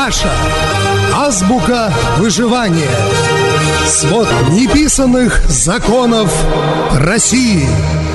Раша. Азбука выживания. Свод неписанных законов России.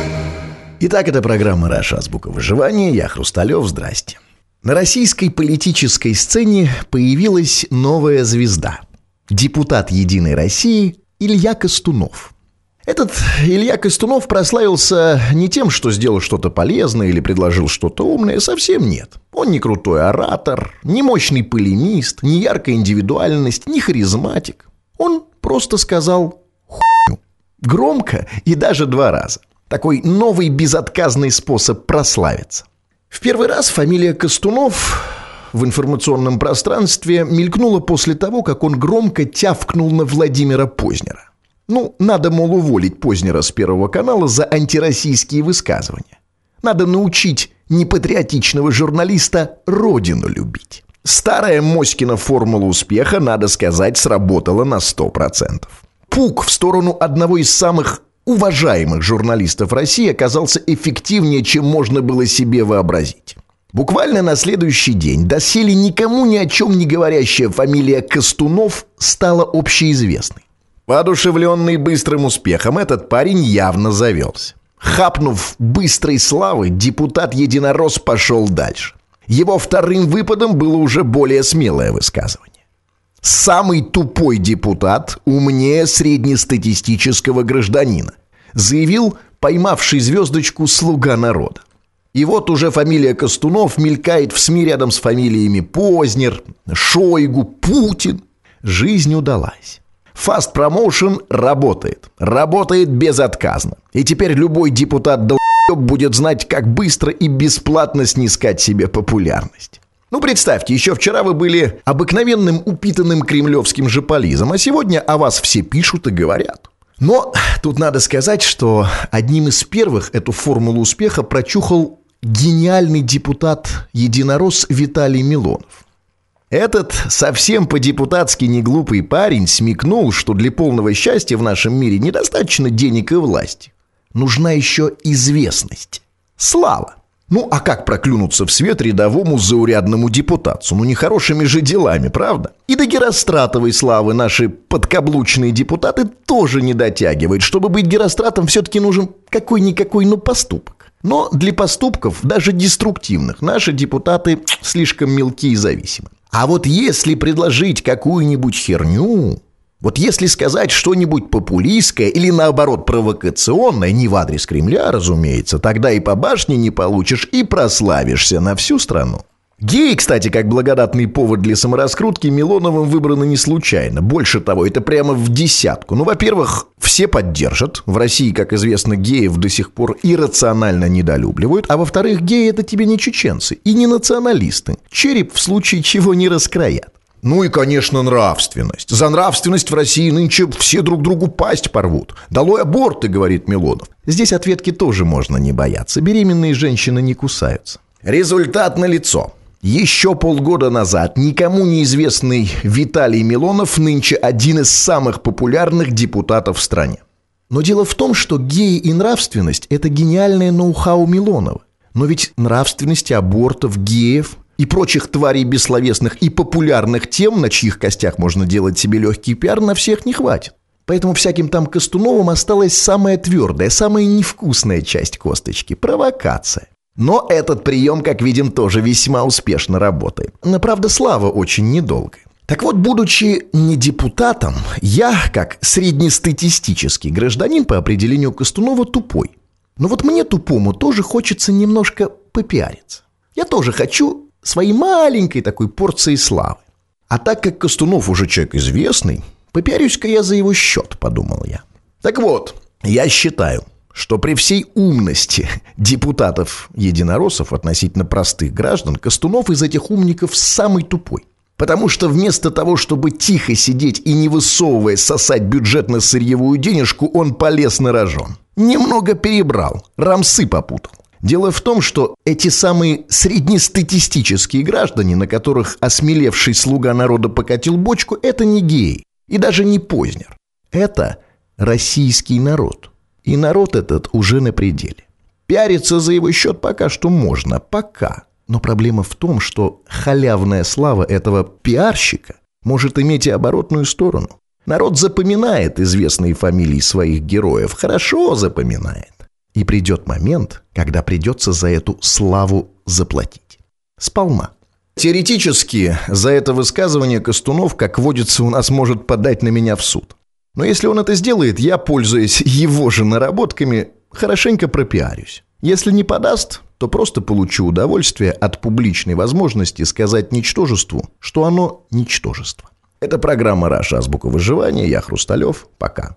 Итак, это программа «Раша. Азбука выживания». Я Хрусталев. Здрасте. На российской политической сцене появилась новая звезда. Депутат «Единой России» Илья Костунов. Этот Илья Костунов прославился не тем, что сделал что-то полезное или предложил что-то умное, совсем нет. Он не крутой оратор, не мощный полемист, не яркая индивидуальность, не харизматик. Он просто сказал «хуйню». Громко и даже 2 раза. Такой новый безотказный способ прославиться. В первый раз фамилия Костунов в информационном пространстве мелькнула после того, как он громко тявкнул на Владимира Познера. Надо, мол, уволить Познера с Первого канала за антироссийские высказывания. Надо научить непатриотичного журналиста родину любить. Старая Моськина формула успеха, надо сказать, сработала на 100%. Пук в сторону одного из самых уважаемых журналистов России оказался эффективнее, чем можно было себе вообразить. Буквально на следующий день доселе никому ни о чем не говорящая фамилия Костунов стала общеизвестной. Воодушевленный быстрым успехом, этот парень явно завелся. Хапнув быстрой славы, депутат-единорос пошел дальше. Его вторым выпадом было уже более смелое высказывание. «Самый тупой депутат умнее среднестатистического гражданина», заявил поймавший звездочку «Слуга народа». И вот уже фамилия Костунов мелькает в СМИ рядом с фамилиями Познер, Шойгу, Путин. Жизнь удалась. Fast Promotion работает. Работает безотказно. И теперь любой депутат-долбоеб будет знать, как быстро и бесплатно снискать себе популярность. Представьте, еще вчера вы были обыкновенным упитанным кремлевским жополизом, а сегодня о вас все пишут и говорят. Но тут надо сказать, что одним из первых эту формулу успеха прочухал гениальный депутат-единорос Виталий Милонов. Этот совсем по-депутатски неглупый парень смекнул, что для полного счастья в нашем мире недостаточно денег и власти. Нужна еще известность, слава. А как проклюнуться в свет рядовому заурядному депутатцу? Нехорошими же делами, правда? И до Геростратовой славы наши подкаблучные депутаты тоже не дотягивают. Чтобы быть Геростратом, все-таки нужен какой-никакой, поступок. Но для поступков, даже деструктивных, наши депутаты слишком мелки и зависимы. А вот если предложить какую-нибудь херню, вот если сказать что-нибудь популистское или наоборот провокационное, не в адрес Кремля, разумеется, тогда и по башне не получишь, и прославишься на всю страну. Геи, кстати, как благодатный повод для самораскрутки, Милоновым выбраны не случайно. Больше того, это прямо в десятку. Во-первых, все поддержат. В России, как известно, геев до сих пор иррационально недолюбливают. А во-вторых, геи – это тебе не чеченцы и не националисты. Череп в случае чего не раскроят. И, конечно, нравственность. За нравственность в России нынче все друг другу пасть порвут. «Долой аборты», говорит Милонов. Здесь ответки тоже можно не бояться. Беременные женщины не кусаются. Результат налицо. Еще полгода назад никому неизвестный Виталий Милонов нынче один из самых популярных депутатов в стране. Но дело в том, что геи и нравственность – это гениальное ноу-хау Милонова. Но ведь нравственности, абортов, геев и прочих тварей бессловесных и популярных тем, на чьих костях можно делать себе легкий пиар, на всех не хватит. Поэтому всяким там Костуновым осталась самая твердая, самая невкусная часть косточки – провокация. Но этот прием, как видим, тоже весьма успешно работает. Но, правда, слава очень недолгая. Так вот, будучи не депутатом, я, как среднестатистический гражданин по определению Костунова, тупой. Но вот мне, тупому, тоже хочется немножко попиариться. Я тоже хочу своей маленькой такой порции славы. А так как Костунов уже человек известный, попиарюсь-ка я за его счет, подумал я. Так вот, я считаю, что при всей умности депутатов-единороссов относительно простых граждан, Костунов из этих умников самый тупой. Потому что вместо того, чтобы тихо сидеть и не высовывая сосать бюджетно-сырьевую денежку, он полез на рожон. Немного перебрал, рамсы попутал. Дело в том, что эти самые среднестатистические граждане, на которых осмелевший слуга народа покатил бочку, это не геи и даже не Познер. Это российский народ. И народ этот уже на пределе. Пиариться за его счет пока что можно. Пока. Но проблема в том, что халявная слава этого пиарщика может иметь и оборотную сторону. Народ запоминает известные фамилии своих героев, хорошо запоминает. И придет момент, когда придется за эту славу заплатить. Сполна. Теоретически, за это высказывание Костунов, как водится, у нас может подать на меня в суд. Но если он это сделает, я, пользуясь его же наработками, хорошенько пропиарюсь. Если не подаст, то просто получу удовольствие от публичной возможности сказать ничтожеству, что оно ничтожество. Это программа «Раша. Азбука выживания». Я Хрусталев. Пока.